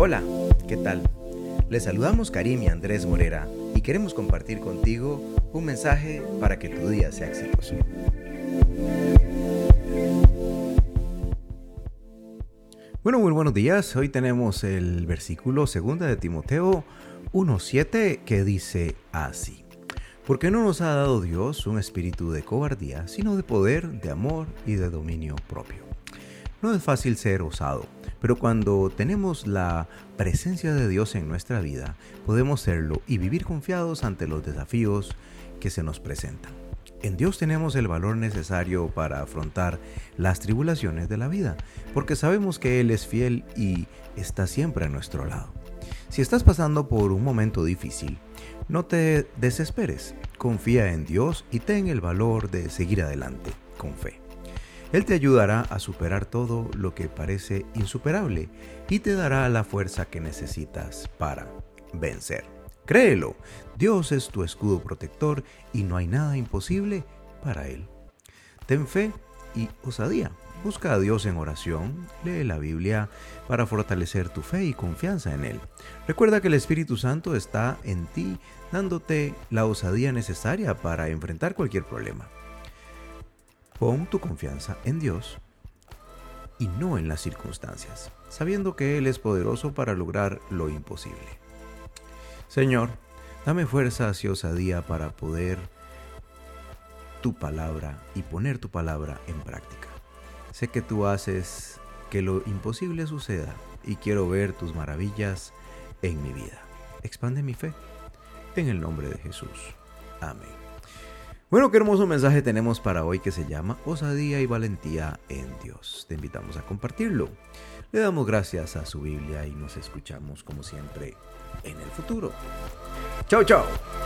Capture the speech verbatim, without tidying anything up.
Hola, ¿qué tal? Les saludamos Karim y Andrés Morera y queremos compartir contigo un mensaje para que tu día sea exitoso. Bueno, muy buenos días. Hoy tenemos el versículo segunda de Timoteo uno siete que dice así: Porque no nos ha dado Dios un espíritu de cobardía, sino de poder, de amor y de dominio propio. No es fácil ser osado, pero cuando tenemos la presencia de Dios en nuestra vida, podemos serlo y vivir confiados ante los desafíos que se nos presentan. En Dios tenemos el valor necesario para afrontar las tribulaciones de la vida, porque sabemos que Él es fiel y está siempre a nuestro lado. Si estás pasando por un momento difícil, no te desesperes, confía en Dios y ten el valor de seguir adelante con fe. Él te ayudará a superar todo lo que parece insuperable y te dará la fuerza que necesitas para vencer. Créelo, Dios es tu escudo protector y no hay nada imposible para Él. Ten fe y osadía. Busca a Dios en oración, lee la Biblia para fortalecer tu fe y confianza en Él. Recuerda que el Espíritu Santo está en ti, dándote la osadía necesaria para enfrentar cualquier problema. Pon tu confianza en Dios y no en las circunstancias, sabiendo que Él es poderoso para lograr lo imposible. Señor, dame fuerzas y osadía para poder tu palabra y poner tu palabra en práctica. Sé que tú haces que lo imposible suceda y quiero ver tus maravillas en mi vida. Expande mi fe en el nombre de Jesús. Amén. Bueno, qué hermoso mensaje tenemos para hoy que se llama Osadía y Valentía en Dios. Te invitamos a compartirlo. Le damos gracias a su Biblia y nos escuchamos como siempre en el futuro. Chao, chao.